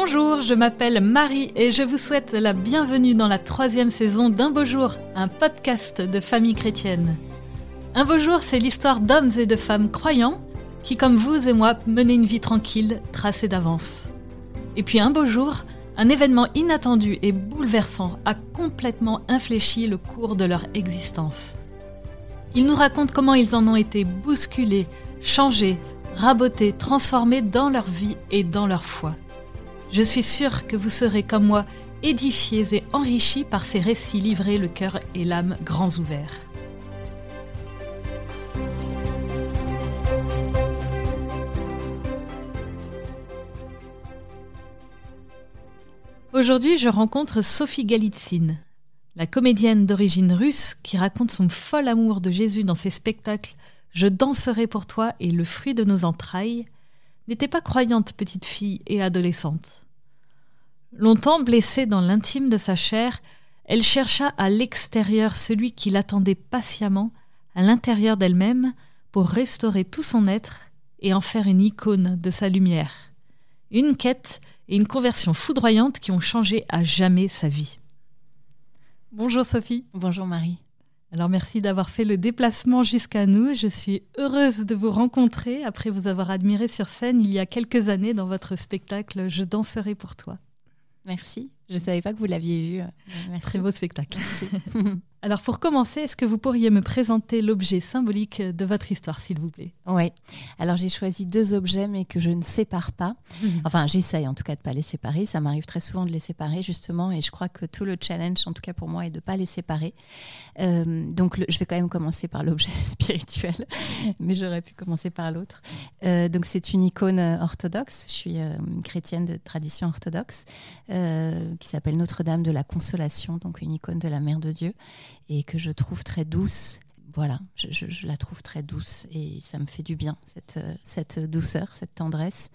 Bonjour, je m'appelle Marie et je vous souhaite la bienvenue dans la 3e saison d'Un beau jour, un podcast de famille chrétienne. Un beau jour, c'est l'histoire d'hommes et de femmes croyants qui, comme vous et moi, menaient une vie tranquille, tracée d'avance. Et puis un beau jour, un événement inattendu et bouleversant a complètement infléchi le cours de leur existence. Ils nous racontent comment ils en ont été bousculés, changés, rabotés, transformés dans leur vie et dans leur foi. Je suis sûre que vous serez comme moi édifiés et enrichis par ces récits livrés le cœur et l'âme grands ouverts. Aujourd'hui, je rencontre Sophie Galitsine, la comédienne d'origine russe qui raconte son fol amour de Jésus dans ses spectacles « Je danserai pour toi » et « Le fruit de nos entrailles », n'était pas croyante petite fille et adolescente. Longtemps blessée dans l'intime de sa chair, elle chercha à l'extérieur celui qui l'attendait patiemment à l'intérieur d'elle-même pour restaurer tout son être et en faire une icône de sa lumière. Une quête et une conversion foudroyante qui ont changé à jamais sa vie. Bonjour Sophie. Bonjour Marie. Alors merci d'avoir fait le déplacement jusqu'à nous. Je suis heureuse de vous rencontrer après vous avoir admiré sur scène il y a quelques années dans votre spectacle « Je danserai pour toi ». Merci. Je ne savais pas que vous l'aviez vu. Merci. Très beau spectacle. Merci. Alors pour commencer, est-ce que vous pourriez me présenter l'objet symbolique de votre histoire, s'il vous plaît ? Oui. Alors j'ai choisi 2 objets, mais que je ne sépare pas. Enfin, j'essaye en tout cas de ne pas les séparer. Ça m'arrive très souvent de les séparer, justement. Et je crois que tout le challenge, en tout cas pour moi, est de ne pas les séparer. Donc je vais quand même commencer par l'objet spirituel, mais j'aurais pu commencer par l'autre. Donc c'est une icône orthodoxe. Je suis chrétienne de tradition orthodoxe, qui s'appelle Notre-Dame de la Consolation, donc une icône de la Mère de Dieu, et que je trouve très douce. Voilà, je la trouve très douce et ça me fait du bien, cette douceur, cette tendresse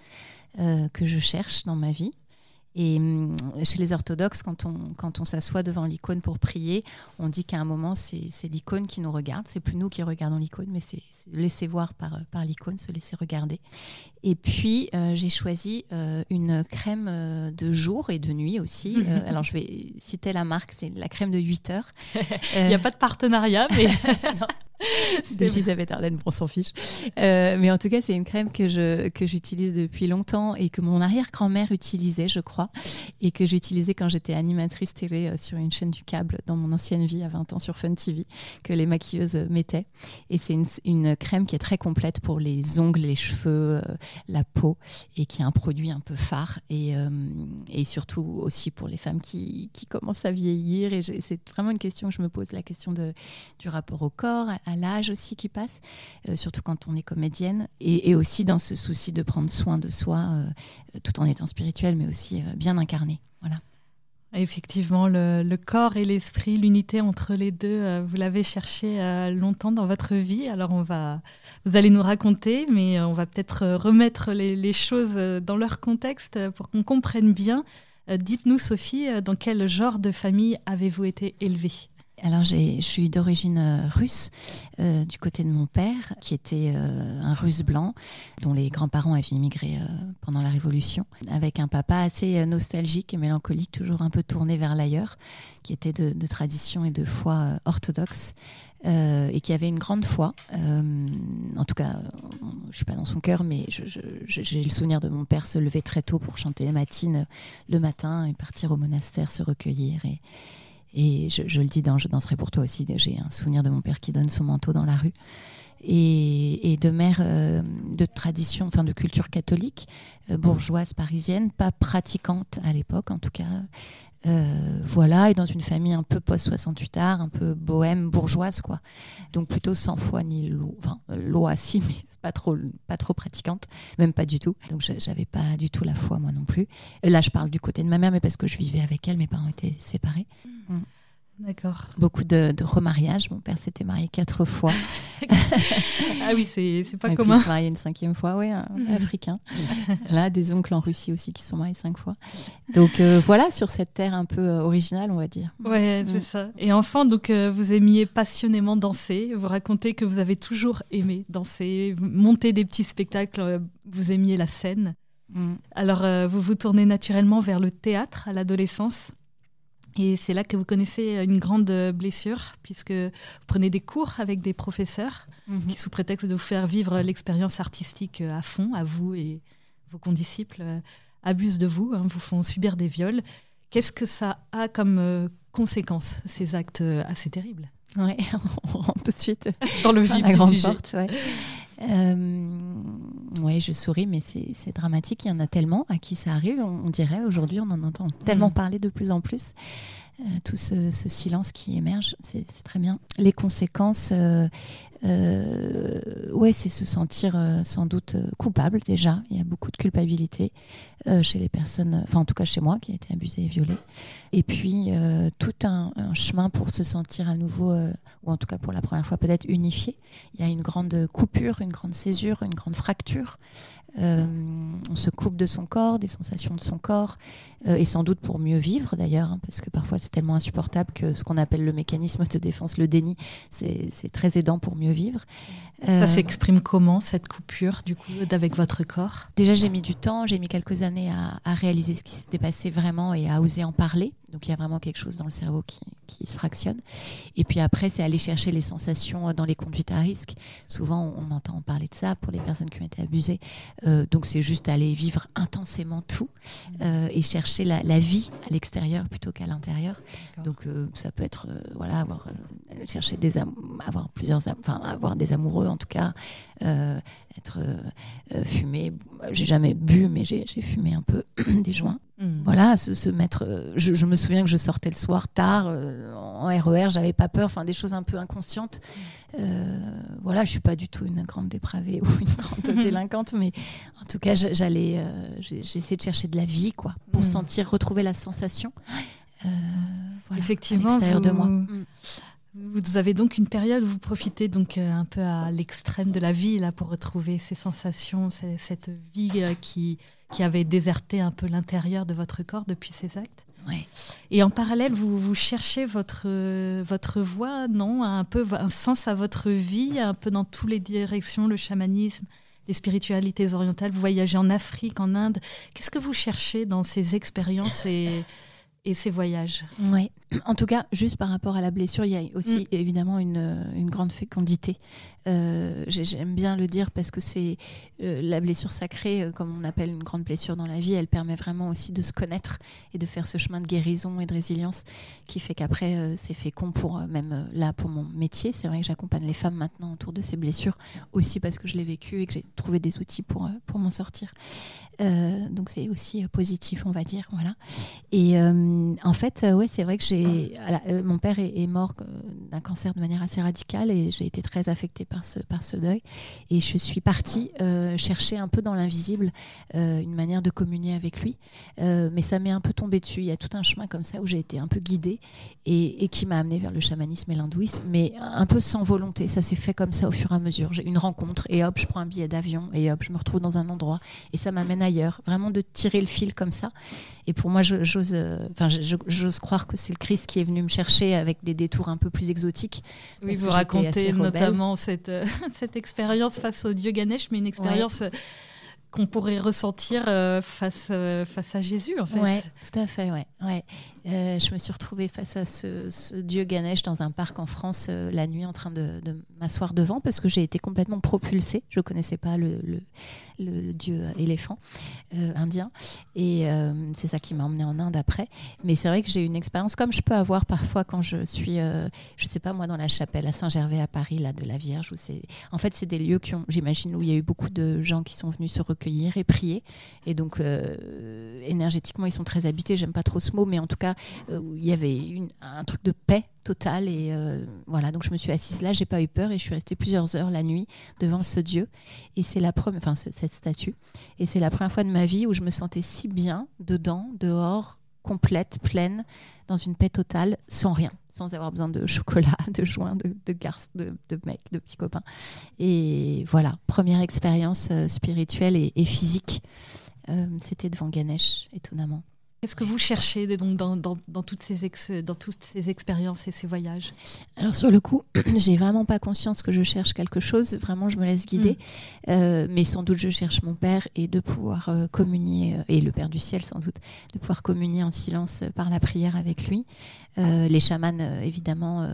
que je cherche dans ma vie. Et chez les orthodoxes, quand on s'assoit devant l'icône pour prier, on dit qu'à un moment, c'est l'icône qui nous regarde. C'est plus nous qui regardons l'icône, mais c'est laisser voir par l'icône, se laisser regarder. Et puis, j'ai choisi une crème de jour et de nuit aussi. Alors, je vais citer la marque, c'est la crème de 8 heures. Il n'y a pas de partenariat, mais... Non. D'Elisabeth Arden, on s'en fiche. Mais en tout cas, c'est une crème que j'utilise depuis longtemps et que mon arrière-grand-mère utilisait, je crois, et que j'utilisais quand j'étais animatrice télé sur une chaîne du câble dans mon ancienne vie à 20 ans sur Fun TV, que les maquilleuses mettaient. Et c'est une crème qui est très complète pour les ongles, les cheveux, la peau, et qui est un produit un peu phare et surtout aussi pour les femmes qui commencent à vieillir. Et c'est vraiment une question que je me pose, la question du rapport au corps, à l'âge aussi qui passe, surtout quand on est comédienne, et aussi dans ce souci de prendre soin de soi, tout en étant spirituel, mais aussi bien incarné. Voilà. Effectivement, le corps et l'esprit, l'unité entre les deux, vous l'avez cherché longtemps dans votre vie. Alors vous allez nous raconter, mais on va peut-être remettre les choses dans leur contexte pour qu'on comprenne bien. Dites-nous, Sophie, dans quel genre de famille avez-vous été élevée ? Alors, je suis d'origine russe, du côté de mon père, qui était un russe blanc, dont les grands-parents avaient immigré pendant la Révolution, avec un papa assez nostalgique et mélancolique, toujours un peu tourné vers l'ailleurs, qui était de tradition et de foi orthodoxe, et qui avait une grande foi. En tout cas, je ne suis pas dans son cœur, mais j'ai le souvenir de mon père se lever très tôt pour chanter les matines le matin et partir au monastère, se recueillir. Et je le dis dans « Je danserai pour toi » aussi, j'ai un souvenir de mon père qui donne son manteau dans la rue. Et de mère de tradition, enfin de culture catholique, bourgeoise parisienne, pas pratiquante à l'époque en tout cas. Voilà, et dans une famille un peu post-68 art, un peu bohème, bourgeoise, quoi. Donc plutôt sans foi ni loi, enfin loi si, mais pas trop pratiquante, même pas du tout. Donc j'avais pas du tout la foi moi non plus. Là je parle du côté de ma mère, mais parce que je vivais avec elle, mes parents étaient séparés. D'accord. Beaucoup de remariages. Mon père s'était marié 4 fois. Ah oui, c'est pas et commun. Puis se marier une 5e fois, oui, africain. Là, des oncles en Russie aussi qui sont mariés 5 fois. Donc voilà, sur cette terre un peu originale, on va dire. Ouais, c'est ça. Et enfant, donc vous aimiez passionnément danser. Vous racontez que vous avez toujours aimé danser, monter des petits spectacles. Vous aimiez la scène. Alors, vous vous tournez naturellement vers le théâtre à l'adolescence. Et c'est là que vous connaissez une grande blessure, puisque vous prenez des cours avec des professeurs qui, sous prétexte de vous faire vivre l'expérience artistique à fond, à vous et vos condisciples, abusent de vous, vous font subir des viols. Qu'est-ce que ça a comme conséquence, ces actes assez terribles ? Oui, on rentre tout de suite dans le vif du sujet. Porte, oui, je souris, mais c'est dramatique. Il y en a tellement à qui ça arrive. On dirait aujourd'hui, on en entend tellement parler de plus en plus. Tout ce silence qui émerge, c'est très bien. Les conséquences, c'est se sentir sans doute coupable déjà. Il y a beaucoup de culpabilité chez les personnes, enfin en tout cas chez moi qui a été abusée et violée. Et puis tout un chemin pour se sentir à nouveau, ou en tout cas pour la première fois peut-être unifié. Il y a une grande coupure, une grande césure, une grande fracture. On se coupe de son corps, des sensations de son corps, et sans doute pour mieux vivre d'ailleurs, parce que parfois c'est tellement insupportable que ce qu'on appelle le mécanisme de défense, le déni, c'est très aidant pour mieux vivre. Ça s'exprime comment, cette coupure, du coup, avec votre corps ? Déjà, j'ai mis du temps, j'ai mis quelques années à réaliser ce qui s'était passé vraiment et à oser en parler. Donc, il y a vraiment quelque chose dans le cerveau qui se fractionne. Et puis après, c'est aller chercher les sensations dans les conduites à risque. Souvent, on entend parler de ça pour les personnes qui ont été abusées. Donc, c'est juste aller vivre intensément tout et chercher la vie à l'extérieur plutôt qu'à l'intérieur. Donc, ça peut être chercher avoir avoir des amoureux en tout cas, être fumé. J'ai jamais bu, mais j'ai fumé un peu des joints. Voilà, se mettre. Je me souviens que je sortais le soir tard en RER, j'avais pas peur, enfin des choses un peu inconscientes. Je suis pas du tout une grande dépravée ou une grande délinquante, mais en tout cas, j'ai essayé de chercher de la vie, quoi, pour retrouver la sensation. Effectivement, à l'extérieur de moi. Vous avez donc une période où vous profitez donc un peu à l'extrême de la vie là pour retrouver ces sensations, cette vie qui avait déserté un peu l'intérieur de votre corps depuis ces actes. Ouais. Et en parallèle, vous cherchez votre voie, non, un peu un sens à votre vie, un peu dans toutes les directions, le chamanisme, les spiritualités orientales. Vous voyagez en Afrique, en Inde. Qu'est-ce que vous cherchez dans ces expériences et ces voyages ? Oui. En tout cas, juste par rapport à la blessure, il y a aussi évidemment une grande fécondité. J'aime bien le dire parce que c'est la blessure sacrée, comme on appelle une grande blessure dans la vie, elle permet vraiment aussi de se connaître et de faire ce chemin de guérison et de résilience qui fait qu'après c'est fécond pour même là pour mon métier. C'est vrai que j'accompagne les femmes maintenant autour de ces blessures aussi parce que je l'ai vécu et que j'ai trouvé des outils pour m'en sortir. Donc c'est aussi positif, on va dire, voilà. Et en fait, c'est vrai que mon père est mort d'un cancer de manière assez radicale et j'ai été très affectée par ce deuil. Et je suis partie chercher un peu dans l'invisible une manière de communier avec lui. Mais ça m'est un peu tombé dessus. Il y a tout un chemin comme ça où j'ai été un peu guidée et qui m'a amenée vers le chamanisme et l'hindouisme, mais un peu sans volonté. Ça s'est fait comme ça au fur et à mesure. J'ai une rencontre et hop, je prends un billet d'avion et hop, je me retrouve dans un endroit et ça m'amène ailleurs. Vraiment de tirer le fil comme ça. Et pour moi, j'ose croire que c'est le Christ qui est venu me chercher avec des détours un peu plus exotiques. Oui, vous racontez notamment cette expérience face au dieu Ganesh, mais une expérience qu'on pourrait ressentir face à Jésus, en fait. Oui, tout à fait, ouais. Je me suis retrouvée face à ce dieu Ganesh dans un parc en France la nuit en train de m'asseoir devant parce que j'ai été complètement propulsée. Je ne connaissais pas le dieu éléphant indien et c'est ça qui m'a emmenée en Inde après. Mais c'est vrai que j'ai eu une expérience comme je peux avoir parfois quand je suis, je ne sais pas moi, dans la chapelle à Saint-Gervais à Paris, là, de la Vierge. En fait, c'est des lieux j'imagine, où il y a eu beaucoup de gens qui sont venus se recueillir et prier. Et donc, énergétiquement, ils sont très habités. J'aime pas trop ce mot, mais en tout cas, où il y avait un truc de paix totale. Et voilà, donc je me suis assise là, j'ai pas eu peur et je suis restée plusieurs heures la nuit devant ce dieu. Et c'est cette statue. Et c'est la première fois de ma vie où je me sentais si bien, dedans, dehors, complète, pleine, dans une paix totale, sans rien, sans avoir besoin de chocolat, de joints, de garces, de mecs, de petits copains. Et voilà, première expérience spirituelle et physique, c'était devant Ganesh, étonnamment. Qu'est-ce que vous cherchez donc, dans toutes ces expériences et ces voyages ? Alors sur le coup, j'ai vraiment pas conscience que je cherche quelque chose. Vraiment, je me laisse guider. Mais sans doute, je cherche mon Père et de pouvoir communier, et le Père du ciel sans doute, de pouvoir communier en silence par la prière avec lui. Les chamans, évidemment,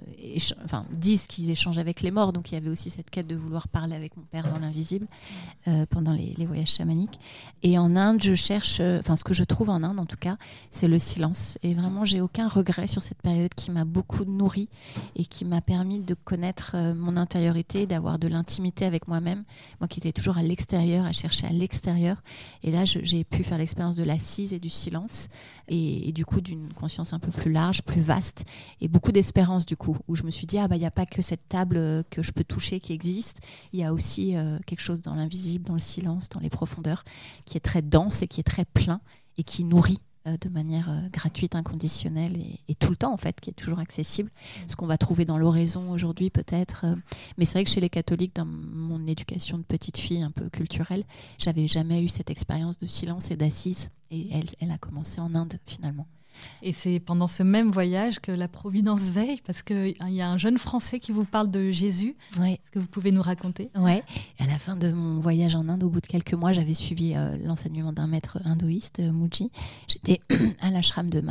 disent qu'ils échangent avec les morts. Donc il y avait aussi cette quête de vouloir parler avec mon Père dans l'invisible pendant les voyages chamaniques. Et en Inde, je cherche, ce que je trouve en Inde en tout cas, c'est le silence. Et vraiment, j'ai aucun regret sur cette période qui m'a beaucoup nourrie et qui m'a permis de connaître mon intériorité, d'avoir de l'intimité avec moi-même. Moi qui étais toujours à l'extérieur, à chercher à l'extérieur. Et là, j'ai pu faire l'expérience de l'assise et du silence et du coup d'une conscience un peu plus large, plus vaste et beaucoup d'espérance du coup, où je me suis dit, il n'y a pas que cette table que je peux toucher qui existe, il y a aussi quelque chose dans l'invisible, dans le silence, dans les profondeurs, qui est très dense et qui est très plein et qui nourrit de manière gratuite, inconditionnelle et tout le temps en fait, qui est toujours accessible. Ce qu'on va trouver dans l'oraison aujourd'hui peut-être. Mais c'est vrai que chez les catholiques, dans mon éducation de petite fille un peu culturelle, j'avais jamais eu cette expérience de silence et d'assise. Et elle a commencé en Inde finalement. Et c'est pendant ce même voyage que la Providence veille, parce qu'il y a un jeune Français qui vous parle de Jésus. Ouais. Est-ce que vous pouvez nous raconter ? Oui, à la fin de mon voyage en Inde, au bout de quelques mois, j'avais suivi l'enseignement d'un maître hindouiste, Muji. J'étais à l'ashram de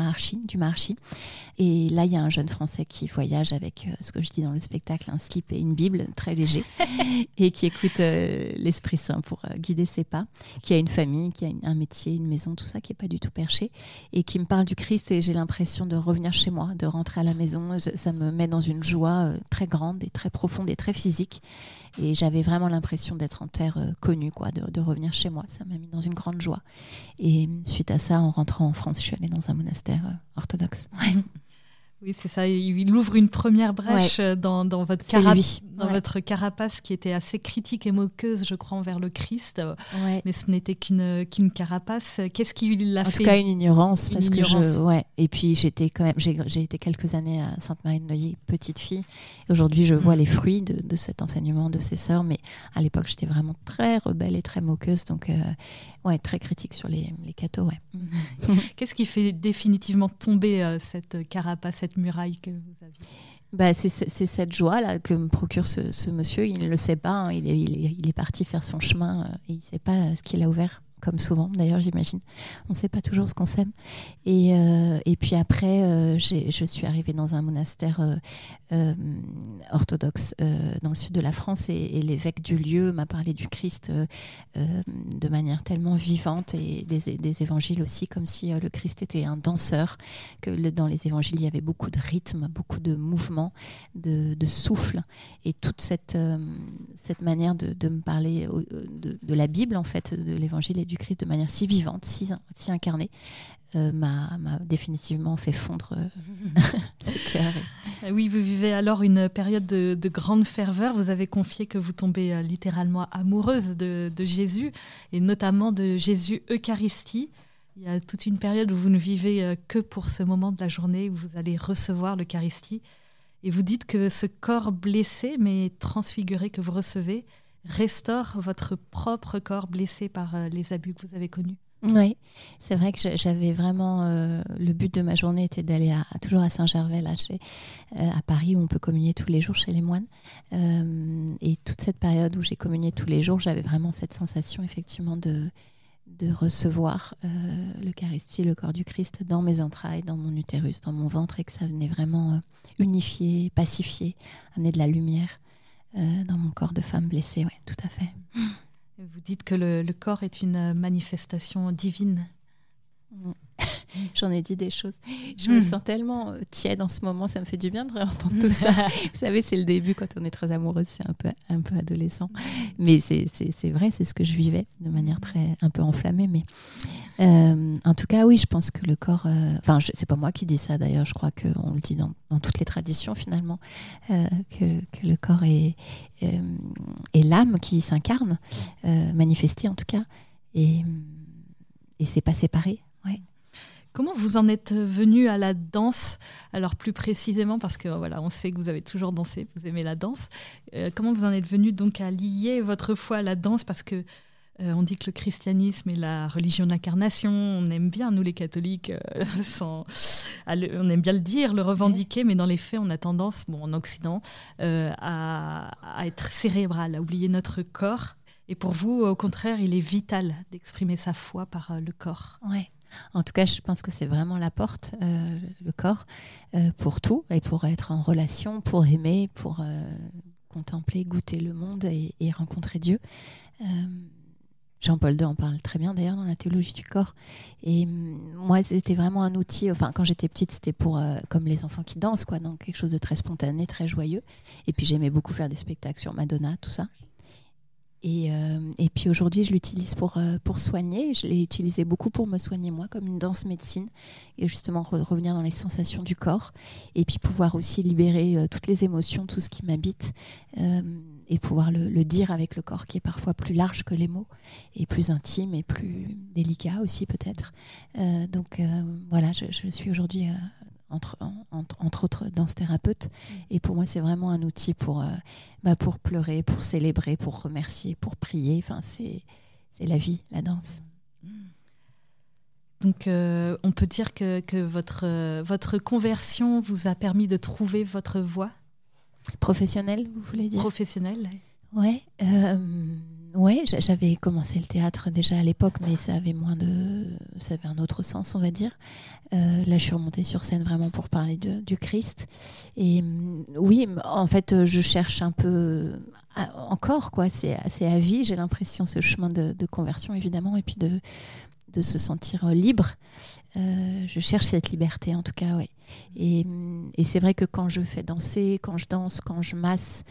du Maharshi. Et là, il y a un jeune Français qui voyage avec, ce que je dis dans le spectacle, un slip et une Bible très léger, et qui écoute l'Esprit Saint pour guider ses pas, qui a une famille, qui a un métier, une maison, tout ça, qui n'est pas du tout perché, et qui me parle du Christ et j'ai l'impression de revenir chez moi, de rentrer à la maison. Ça me met dans une joie très grande et très profonde et très physique. Et j'avais vraiment l'impression d'être en terre connue, quoi, de revenir chez moi. Ça m'a mis dans une grande joie. Et suite à ça, en rentrant en France, je suis allée dans un monastère orthodoxe. Ouais. Oui, c'est ça. Il ouvre une première brèche dans votre votre carapace qui était assez critique et moqueuse, je crois, envers le Christ. Ouais. Mais ce n'était qu'une carapace. Qu'est-ce qui l'a fait ? En tout cas, une ignorance. Et puis, j'ai été quelques années à Sainte-Marie-de-Neuilly, petite fille. Aujourd'hui, je vois les fruits de cet enseignement de ses sœurs. Mais à l'époque, j'étais vraiment très rebelle et très moqueuse. Donc, très critique sur les cathos. Ouais. Qu'est-ce qui fait définitivement tomber cette carapace, cette muraille que vous aviez ? C'est cette joie-là que me procure ce monsieur. Il ne le sait pas. Hein. Il est parti faire son chemin et il ne sait pas ce qu'il a ouvert. Comme souvent, d'ailleurs, j'imagine. On ne sait pas toujours ce qu'on sème. Et puis après, je suis arrivée dans un monastère orthodoxe dans le sud de la France et l'évêque du lieu m'a parlé du Christ de manière tellement vivante et des évangiles aussi, comme si le Christ était un danseur, que dans les évangiles, il y avait beaucoup de rythme, beaucoup de mouvement, de souffle. Et toute cette manière de me parler de la Bible, en fait, de l'évangile et du Christ de manière si vivante, si incarnée, m'a définitivement fait fondre le cœur. Oui, vous vivez alors une période de grande ferveur. Vous avez confié que vous tombez littéralement amoureuse de Jésus, et notamment de Jésus Eucharistie. Il y a toute une période où vous ne vivez que pour ce moment de la journée où vous allez recevoir l'Eucharistie. Et vous dites que ce corps blessé, mais transfiguré que vous recevez, restaure votre propre corps blessé par les abus que vous avez connus. Oui, c'est vrai que j'avais vraiment... le but de ma journée était d'aller toujours à Saint-Gervais, là, à Paris, où on peut communier tous les jours chez les moines. Et toute cette période où j'ai communié tous les jours, j'avais vraiment cette sensation, effectivement, de recevoir l'Eucharistie, le corps du Christ, dans mes entrailles, dans mon utérus, dans mon ventre, et que ça venait vraiment unifier, pacifier, amener de la lumière dans mon corps de femme blessée. Oui, tout à fait. Vous dites que le corps est une manifestation divine. J'en ai dit des choses. Je me sens tellement tiède en ce moment, ça me fait du bien de réentendre tout ça. Vous savez, c'est le début quand on est très amoureuse, c'est un peu adolescent. Mais c'est vrai, c'est ce que je vivais de manière un peu enflammée. Mais en tout cas, oui, je pense que le corps... c'est pas moi qui dis ça d'ailleurs, je crois qu'on le dit dans toutes les traditions finalement, que le corps est l'âme qui s'incarne, manifestée en tout cas, et c'est pas séparé. Ouais. Comment vous en êtes venu à la danse ? Alors plus précisément, parce que voilà, on sait que vous avez toujours dansé, vous aimez la danse. Comment vous en êtes venu donc à lier votre foi à la danse ? Parce que On dit que le christianisme est la religion d'incarnation. On aime bien, nous les catholiques, on aime bien le dire, le revendiquer, mais dans les faits, on a tendance, en Occident, à être cérébral, à oublier notre corps. Et pour vous, au contraire, il est vital d'exprimer sa foi par le corps. Ouais. En tout cas, je pense que c'est vraiment la porte, le corps, pour tout, et pour être en relation, pour aimer, pour contempler, goûter le monde et rencontrer Dieu. Jean-Paul II en parle très bien d'ailleurs dans la théologie du corps. Et moi, c'était vraiment un outil. Enfin, quand j'étais petite, c'était pour comme les enfants qui dansent, quoi, donc quelque chose de très spontané, très joyeux. Et puis j'aimais beaucoup faire des spectacles sur Madonna, tout ça. Et puis aujourd'hui, je l'utilise pour soigner. Je l'ai utilisé beaucoup pour me soigner moi, comme une danse médecine, et justement revenir dans les sensations du corps, et puis pouvoir aussi libérer toutes les émotions, tout ce qui m'habite, et pouvoir le dire avec le corps qui est parfois plus large que les mots, et plus intime et plus délicat aussi peut-être. Donc voilà, je suis aujourd'hui entre autres danse-thérapeute, et pour moi c'est vraiment un outil pour pleurer, pour célébrer, pour remercier, pour prier. Enfin, c'est la vie, la danse. Donc on peut dire que votre conversion vous a permis de trouver votre voie professionnelle, vous voulez dire? Professionnelle, ouais. Ouais, j'avais commencé le théâtre déjà à l'époque, mais ça avait un autre sens, on va dire. Là, je suis remontée sur scène vraiment pour parler du Christ. Et oui, en fait, je cherche un peu encore, quoi. C'est à vie, j'ai l'impression, ce chemin de conversion, évidemment, et puis de se sentir libre. Je cherche cette liberté, en tout cas, oui. Et c'est vrai que quand je fais danser, quand je danse, quand je masse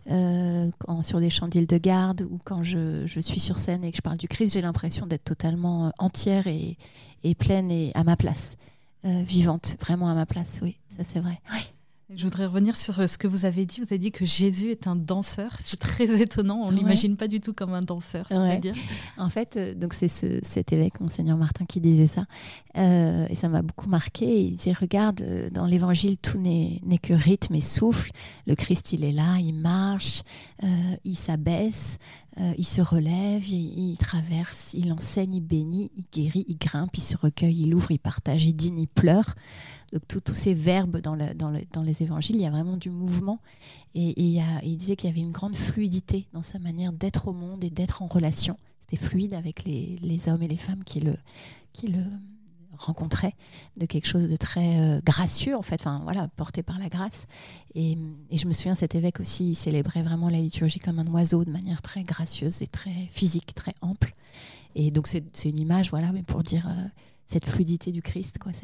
sur des chants d'Hildegarde, ou quand je suis sur scène et que je parle du Christ, j'ai l'impression d'être totalement entière et pleine et à ma place, vivante, vraiment à ma place, oui, ça c'est vrai. Oui. Je voudrais revenir sur ce que vous avez dit. Vous avez dit que Jésus est un danseur. C'est très étonnant. On ne l'imagine pas du tout comme un danseur. C'est-à-dire en fait, donc c'est cet évêque, Monseigneur Martin, qui disait ça. Et ça m'a beaucoup marqué. Il disait, regarde, dans l'Évangile, tout n'est que rythme et souffle. Le Christ, il est là, il marche, il s'abaisse, il se relève, il traverse, il enseigne, il bénit, il guérit, il grimpe, il se recueille, il ouvre, il partage, il dîne, il pleure. Donc tous ces verbes dans les évangiles, il y a vraiment du mouvement, et il disait qu'il y avait une grande fluidité dans sa manière d'être au monde et d'être en relation. C'était fluide avec les hommes et les femmes qui le rencontraient, de quelque chose de très gracieux en fait, enfin, voilà, porté par la grâce. Et je me souviens, cet évêque aussi, il célébrait vraiment la liturgie comme un oiseau, de manière très gracieuse et très physique, très ample. Et donc c'est une image, voilà, mais pour dire cette fluidité du Christ, quoi,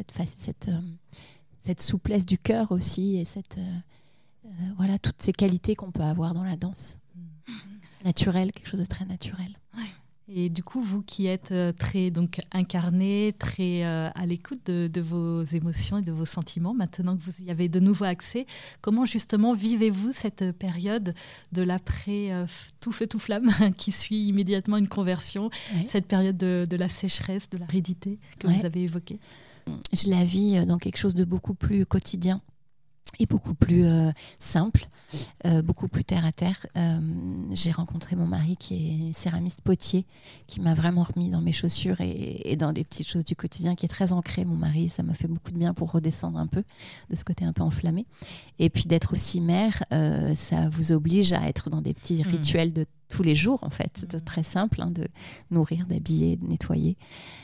cette souplesse du cœur aussi, et voilà, toutes ces qualités qu'on peut avoir dans la danse. Naturelle, quelque chose de très naturel. Ouais. Et du coup, vous qui êtes très incarné, très à l'écoute de vos émotions et de vos sentiments, maintenant que vous y avez de nouveau accès, comment justement vivez-vous cette période de l'après tout feu tout flamme qui suit immédiatement une conversion, cette période de la sécheresse, de l'aridité que vous avez évoquée? Je la vis dans quelque chose de beaucoup plus quotidien et beaucoup plus simple, beaucoup plus terre à terre. J'ai rencontré mon mari qui est céramiste potier, qui m'a vraiment remis dans mes chaussures et dans des petites choses du quotidien, qui est très ancré, mon mari. Ça m'a fait beaucoup de bien pour redescendre un peu de ce côté un peu enflammé. Et puis d'être aussi mère, ça vous oblige à être dans des petits rituels de tous les jours, en fait, très simple, hein, de nourrir, d'habiller, de nettoyer,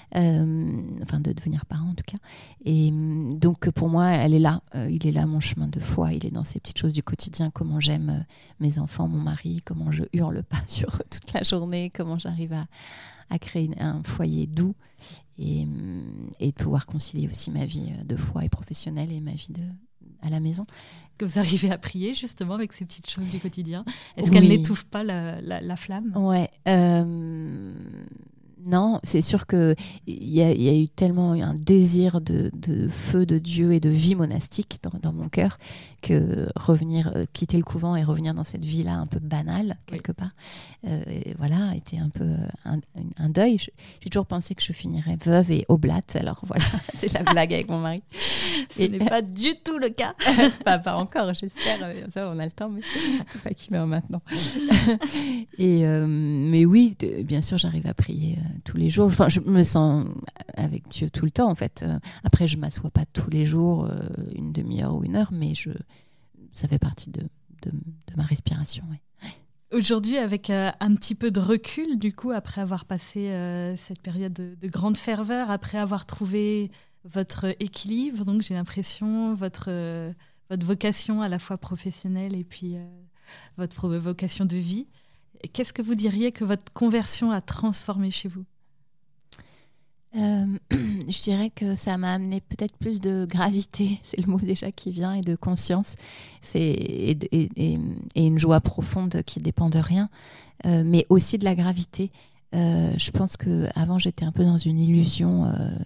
enfin de devenir parent en tout cas. Et donc pour moi, elle est là, il est là mon chemin de foi, il est dans ces petites choses du quotidien, comment j'aime mes enfants, mon mari, comment je hurle pas sur eux toute la journée, comment j'arrive à créer un foyer doux et de pouvoir concilier aussi ma vie de foi et professionnelle et ma vie à la maison. Que vous arrivez à prier justement avec ces petites choses du quotidien. Est-ce qu'elles n'étouffent pas la flamme? Ouais. Non, c'est sûr qu'il y a eu tellement un désir de feu de Dieu et de vie monastique dans mon cœur que quitter le couvent et revenir dans cette vie-là un peu banale, quelque part, était un peu un deuil. J'ai toujours pensé que je finirais veuve et oblate, alors voilà, c'est la blague avec mon mari. Ce n'est pas du tout le cas. Pas encore, j'espère. Ça, on a le temps, mais pas qu'il meurt maintenant. Mais oui, bien sûr, j'arrive à prier tous les jours. Enfin, je me sens avec Dieu tout le temps, en fait. Après, je ne m'assois pas tous les jours, une demi-heure ou une heure, mais ça fait partie de ma respiration. Oui. Aujourd'hui, avec un petit peu de recul, du coup, après avoir passé cette période de grande ferveur, après avoir trouvé votre équilibre, donc j'ai l'impression, votre vocation à la fois professionnelle et puis votre vocation de vie, qu'est-ce que vous diriez que votre conversion a transformé chez vous ? Je dirais que ça m'a amené peut-être plus de gravité, c'est le mot déjà qui vient, et de conscience, et une joie profonde qui dépend de rien, mais aussi de la gravité. Je pense qu'avant j'étais un peu dans une illusion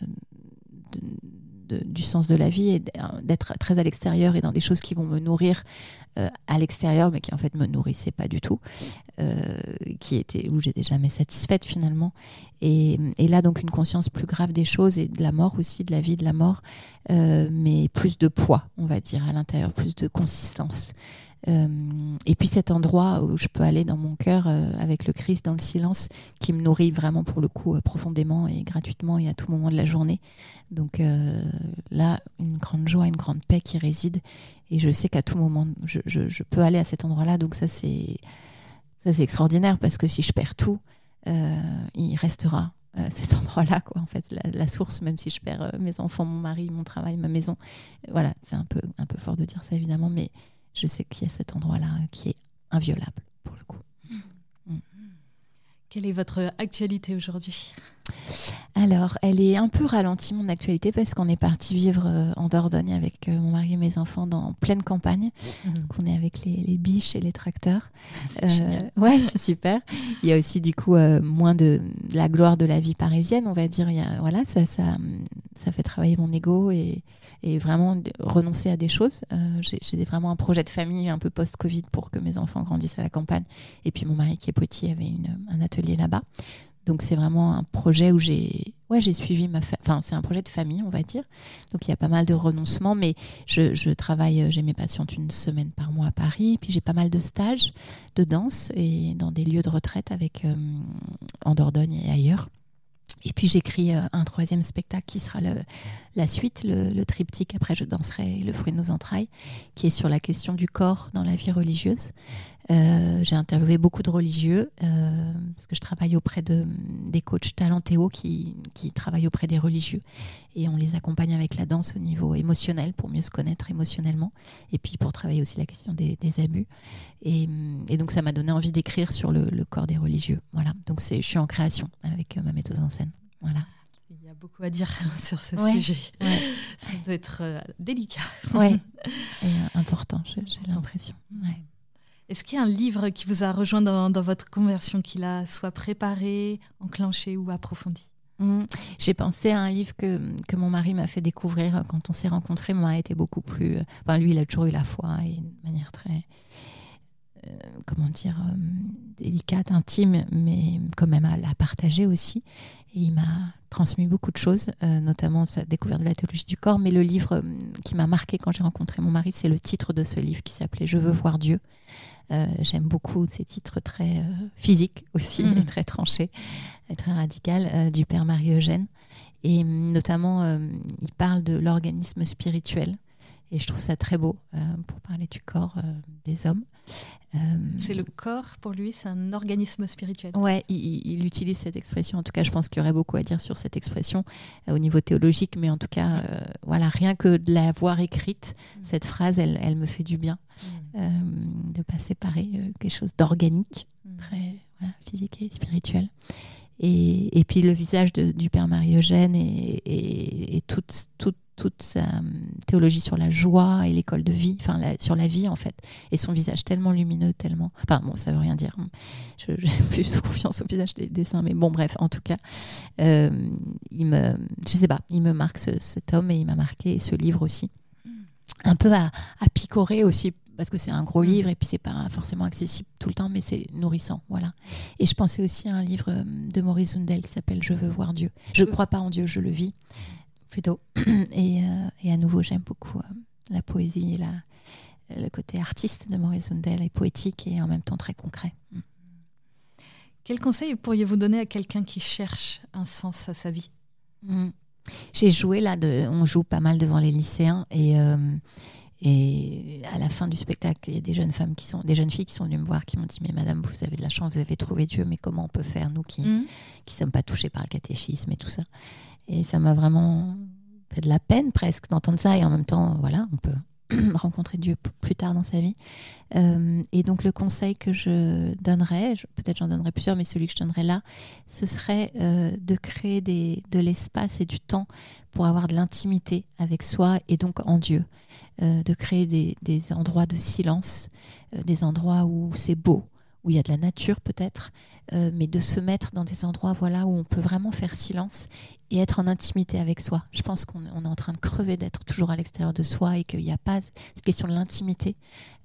du sens de la vie et d'être très à l'extérieur et dans des choses qui vont me nourrir à l'extérieur, mais qui en fait me nourrissaient pas du tout, où j'étais jamais satisfaite finalement. Et là donc une conscience plus grave des choses et de la mort aussi, de la vie, de la mort, mais plus de poids, on va dire, à l'intérieur, plus de consistance. Et puis cet endroit où je peux aller dans mon cœur avec le Christ dans le silence, qui me nourrit vraiment pour le coup profondément et gratuitement et à tout moment de la journée. Donc là, une grande joie, une grande paix qui réside, et je sais qu'à tout moment je peux aller à cet endroit-là. Donc ça c'est extraordinaire, parce que si je perds tout, il restera cet endroit-là, quoi. En fait, la source, même si je perds mes enfants, mon mari, mon travail, ma maison, voilà, c'est un peu fort de dire ça évidemment, mais je sais qu'il y a cet endroit-là qui est inviolable, pour le coup. Quelle est votre actualité aujourd'hui ? Alors, elle est un peu ralentie, mon actualité, parce qu'on est parti vivre en Dordogne avec mon mari et mes enfants dans pleine campagne. Donc, on est avec les biches et les tracteurs. Ouais, c'est super. Il y a aussi, du coup, moins de la gloire de la vie parisienne, on va dire. Ça fait travailler mon ego et vraiment renoncer à des choses. J'ai vraiment un projet de famille un peu post-Covid pour que mes enfants grandissent à la campagne. Et puis mon mari qui est potier avait un atelier là-bas. Donc c'est vraiment un projet où j'ai suivi c'est un projet de famille, on va dire. Donc il y a pas mal de renoncements, mais je travaille, j'ai mes patientes une semaine par mois à Paris. Puis j'ai pas mal de stages de danse et dans des lieux de retraite en Dordogne et ailleurs. Et puis j'écris un 3e spectacle qui sera la suite, le triptyque. Après je danserai Le fruit de nos entrailles, qui est sur la question du corps dans la vie religieuse. J'ai interviewé beaucoup de religieux parce que je travaille auprès des coachs talentéo qui travaillent auprès des religieux, et on les accompagne avec la danse au niveau émotionnel pour mieux se connaître émotionnellement, et puis pour travailler aussi la question des abus, et donc ça m'a donné envie d'écrire sur le corps des religieux. Voilà, donc je suis en création avec ma metteuse en scène. Voilà. Il y a beaucoup à dire sur ce sujet. Ouais. Ça doit être délicat. Oui, important, j'ai l'impression. Ouais. Est-ce qu'il y a un livre qui vous a rejoint dans votre conversion, qui l'a soit préparé, enclenché ou approfondi ? J'ai pensé à un livre que mon mari m'a fait découvrir quand on s'est rencontrés. Mon mari était beaucoup plus... lui, il a toujours eu la foi, et de manière très... délicate, intime, mais quand même à la partager aussi. Et il m'a transmis beaucoup de choses, notamment sa découverte de la théologie du corps. Mais le livre qui m'a marqué quand j'ai rencontré mon mari, c'est le titre de ce livre qui s'appelait « Je veux voir Dieu ». J'aime beaucoup ces titres très physiques aussi, et très tranchés, et très radicaux, du père Marie-Eugène. Et notamment, il parle de l'organisme spirituel. Et je trouve ça très beau pour parler du corps des hommes. C'est le corps, pour lui, c'est un organisme spirituel. Ouais, il utilise cette expression. En tout cas, je pense qu'il y aurait beaucoup à dire sur cette expression au niveau théologique. Mais en tout cas, rien que de la voir écrite, cette phrase, elle me fait du bien. De ne pas séparer quelque chose d'organique, très physique et spirituel. Et puis le visage du père Marie-Eugène et toute sa théologie sur la joie et l'école de vie, sur la vie en fait, et son visage tellement lumineux, tellement... ça veut rien dire, j'ai plus confiance au visage des dessins, mais bon bref, en tout cas, il me marque cet homme, et il m'a marqué, et ce livre aussi. un peu à picorer aussi, parce que c'est un gros livre et puis c'est pas forcément accessible tout le temps, mais c'est nourrissant, voilà. Et je pensais aussi à un livre de Maurice Zundel qui s'appelle « Je veux voir Dieu ». Je ne crois pas en Dieu, je le vis plutôt. Et à nouveau, j'aime beaucoup la poésie et le côté artiste de Maurice Zundel, est poétique et en même temps très concret. Quel conseil pourriez-vous donner à quelqu'un qui cherche un sens à sa vie ? J'ai joué on joue pas mal devant les lycéens et à la fin du spectacle, il y a des jeunes filles qui sont venues me voir, qui m'ont dit « Mais madame, vous avez de la chance, vous avez trouvé Dieu, mais comment on peut faire, nous qui sommes pas touchés par le catéchisme et tout ça ?» Et ça m'a vraiment fait de la peine presque d'entendre ça. Et en même temps, voilà, on peut rencontrer Dieu plus tard dans sa vie. Et donc le conseil que je donnerais, peut-être j'en donnerais plusieurs, mais celui que je donnerais là, ce serait de créer de l'espace et du temps pour avoir de l'intimité avec soi et donc en Dieu. De créer des endroits de silence, des endroits où c'est beau, où il y a de la nature peut-être, mais de se mettre dans des endroits où on peut vraiment faire silence et être en intimité avec soi. Je pense qu'on est en train de crever d'être toujours à l'extérieur de soi et qu'il n'y a pas cette question de l'intimité.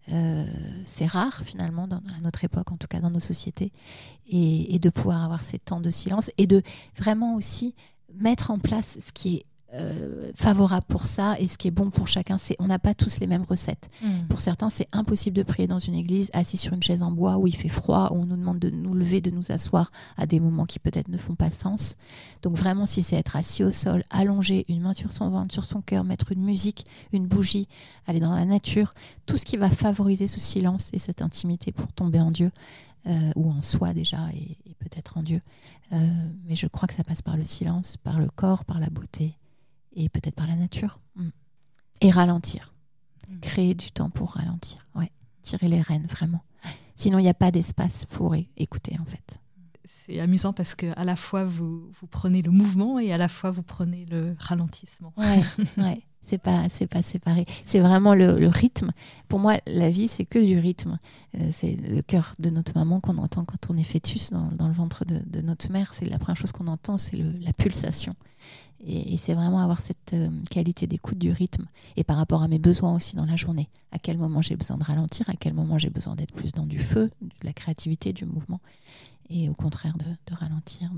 C'est rare finalement à notre époque, en tout cas dans nos sociétés, et de pouvoir avoir ces temps de silence et de vraiment aussi mettre en place ce qui est favorable pour ça et ce qui est bon pour chacun. On n'a pas tous les mêmes recettes. Pour certains, c'est impossible de prier dans une église assis sur une chaise en bois où il fait froid, où on nous demande de nous lever, de nous asseoir à des moments qui peut-être ne font pas sens. Donc vraiment, si c'est être assis au sol, allongé, une main sur son ventre, sur son cœur, mettre une musique, une bougie, aller dans la nature, tout ce qui va favoriser ce silence et cette intimité pour tomber en Dieu, ou en soi déjà, et peut-être en Dieu. Mais je crois que ça passe par le silence, par le corps, par la beauté, et peut-être par la nature. Et ralentir. Créer du temps pour ralentir. Ouais. Tirer les rênes, vraiment. Sinon, il n'y a pas d'espace pour écouter, en fait. C'est amusant parce qu'à la fois, vous prenez le mouvement et à la fois, vous prenez le ralentissement. Ouais. C'est pas séparé. C'est vraiment le rythme. Pour moi, la vie, c'est que du rythme. C'est le cœur de notre maman qu'on entend quand on est fœtus dans le ventre de notre mère. C'est la première chose qu'on entend, c'est la pulsation. Et c'est vraiment avoir cette qualité d'écoute du rythme. Et par rapport à mes besoins aussi dans la journée. À quel moment j'ai besoin de ralentir, à quel moment j'ai besoin d'être plus dans du feu, de la créativité, du mouvement. Et au contraire, de ralentir,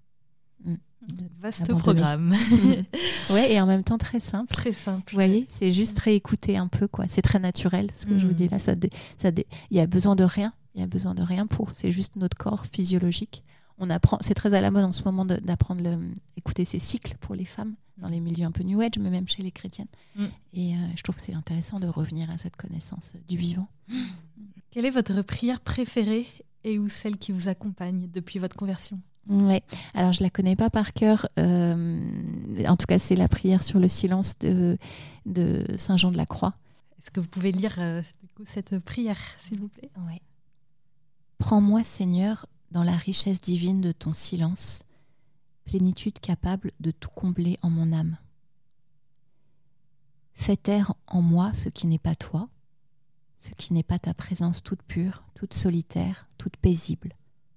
vaste programme. Ouais, et en même temps très simple. Très simple. Vous voyez, c'est juste réécouter un peu, quoi. C'est très naturel, ce que je vous dis là. Il y a besoin de rien. Il y a besoin de rien c'est juste notre corps physiologique. On apprend, c'est très à la mode en ce moment d'apprendre écouter ces cycles pour les femmes dans les milieux un peu New Age, mais même chez les chrétiennes. Et je trouve que c'est intéressant de revenir à cette connaissance du vivant. Quelle est votre prière préférée et ou celle qui vous accompagne depuis votre conversion ? Ouais. Alors je la connais pas par cœur. En tout cas, c'est la prière sur le silence de Saint Jean de la Croix. Est-ce que vous pouvez lire cette prière, s'il vous plaît ? Ouais. Prends-moi, Seigneur, dans la richesse divine de ton silence, plénitude capable de tout combler en mon âme. Fais taire en moi ce qui n'est pas toi, ce qui n'est pas ta présence toute pure, toute solitaire, toute paisible.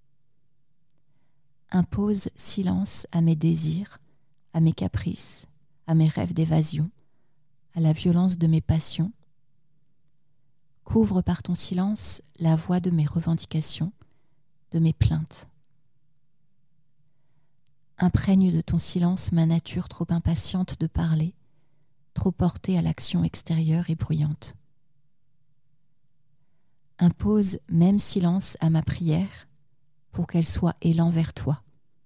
Impose silence à mes désirs, à mes caprices, à mes rêves d'évasion, à la violence de mes passions. Couvre par ton silence la voix de mes revendications, de mes plaintes. Imprègne de ton silence ma nature trop impatiente de parler, trop portée à l'action extérieure et bruyante. Impose même silence à ma prière pour qu'elle soit élan vers toi.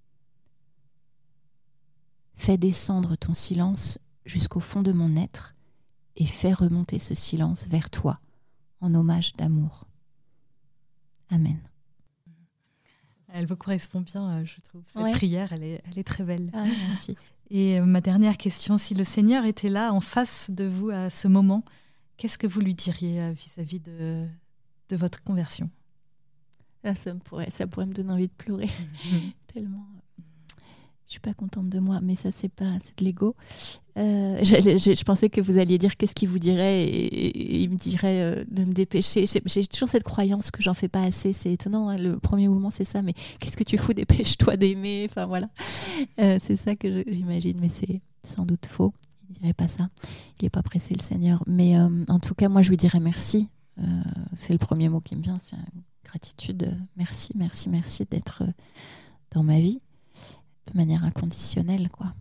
Fais descendre ton silence jusqu'au fond de mon être et fais remonter ce silence vers toi en hommage d'amour. Amen. Elle vous correspond bien, je trouve. Cette prière, elle est très belle. Ah, merci. Et ma dernière question, si le Seigneur était là, en face de vous à ce moment, qu'est-ce que vous lui diriez vis-à-vis de votre conversion ? Ça pourrait me donner envie de pleurer. Tellement. Je suis pas contente de moi, mais ça, c'est de l'ego. Je pensais que vous alliez dire qu'est-ce qu'il vous dirait et il me dirait de me dépêcher. J'ai toujours cette croyance que j'en fais pas assez. C'est étonnant, hein, le premier mouvement, c'est ça. Mais qu'est-ce que tu fous ? Dépêche-toi d'aimer. Enfin, voilà. C'est ça que j'imagine, mais c'est sans doute faux. dirait pas ça. Il n'est pas pressé, le Seigneur. Mais en tout cas, moi, je lui dirais merci. C'est le premier mot qui me vient, c'est gratitude. Merci d'être dans ma vie de manière inconditionnelle, quoi.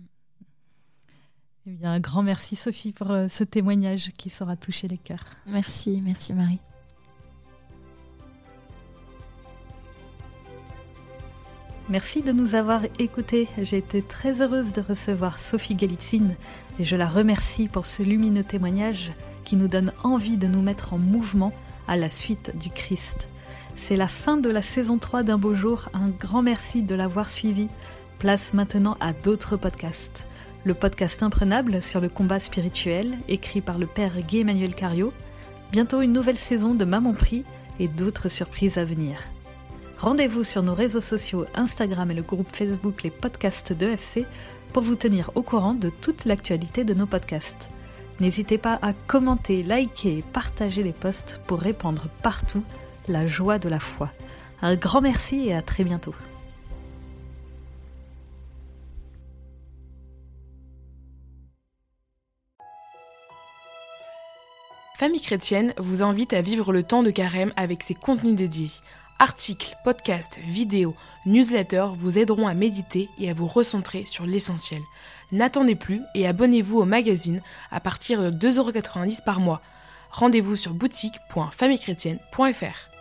Eh bien, un grand merci Sophie pour ce témoignage qui saura toucher les cœurs. Merci Marie. Merci de nous avoir écoutés. J'ai été très heureuse de recevoir Sophie Galitzine et je la remercie pour ce lumineux témoignage qui nous donne envie de nous mettre en mouvement à la suite du Christ. C'est la fin de la saison 3 d'Un beau jour. Un grand merci de l'avoir suivi. Place maintenant à d'autres podcasts. Le podcast Imprenable sur le combat spirituel, écrit par le père Guy-Emmanuel Cario. Bientôt une nouvelle saison de Maman Prie et d'autres surprises à venir. Rendez-vous sur nos réseaux sociaux Instagram et le groupe Facebook Les Podcasts d'EFC pour vous tenir au courant de toute l'actualité de nos podcasts. N'hésitez pas à commenter, liker et partager les posts pour répandre partout la joie de la foi. Un grand merci et à très bientôt. Famille chrétienne vous invite à vivre le temps de carême avec ses contenus dédiés. Articles, podcasts, vidéos, newsletters vous aideront à méditer et à vous recentrer sur l'essentiel. N'attendez plus et abonnez-vous au magazine à partir de 2,90 € par mois. Rendez-vous sur boutique.famillechrétienne.fr.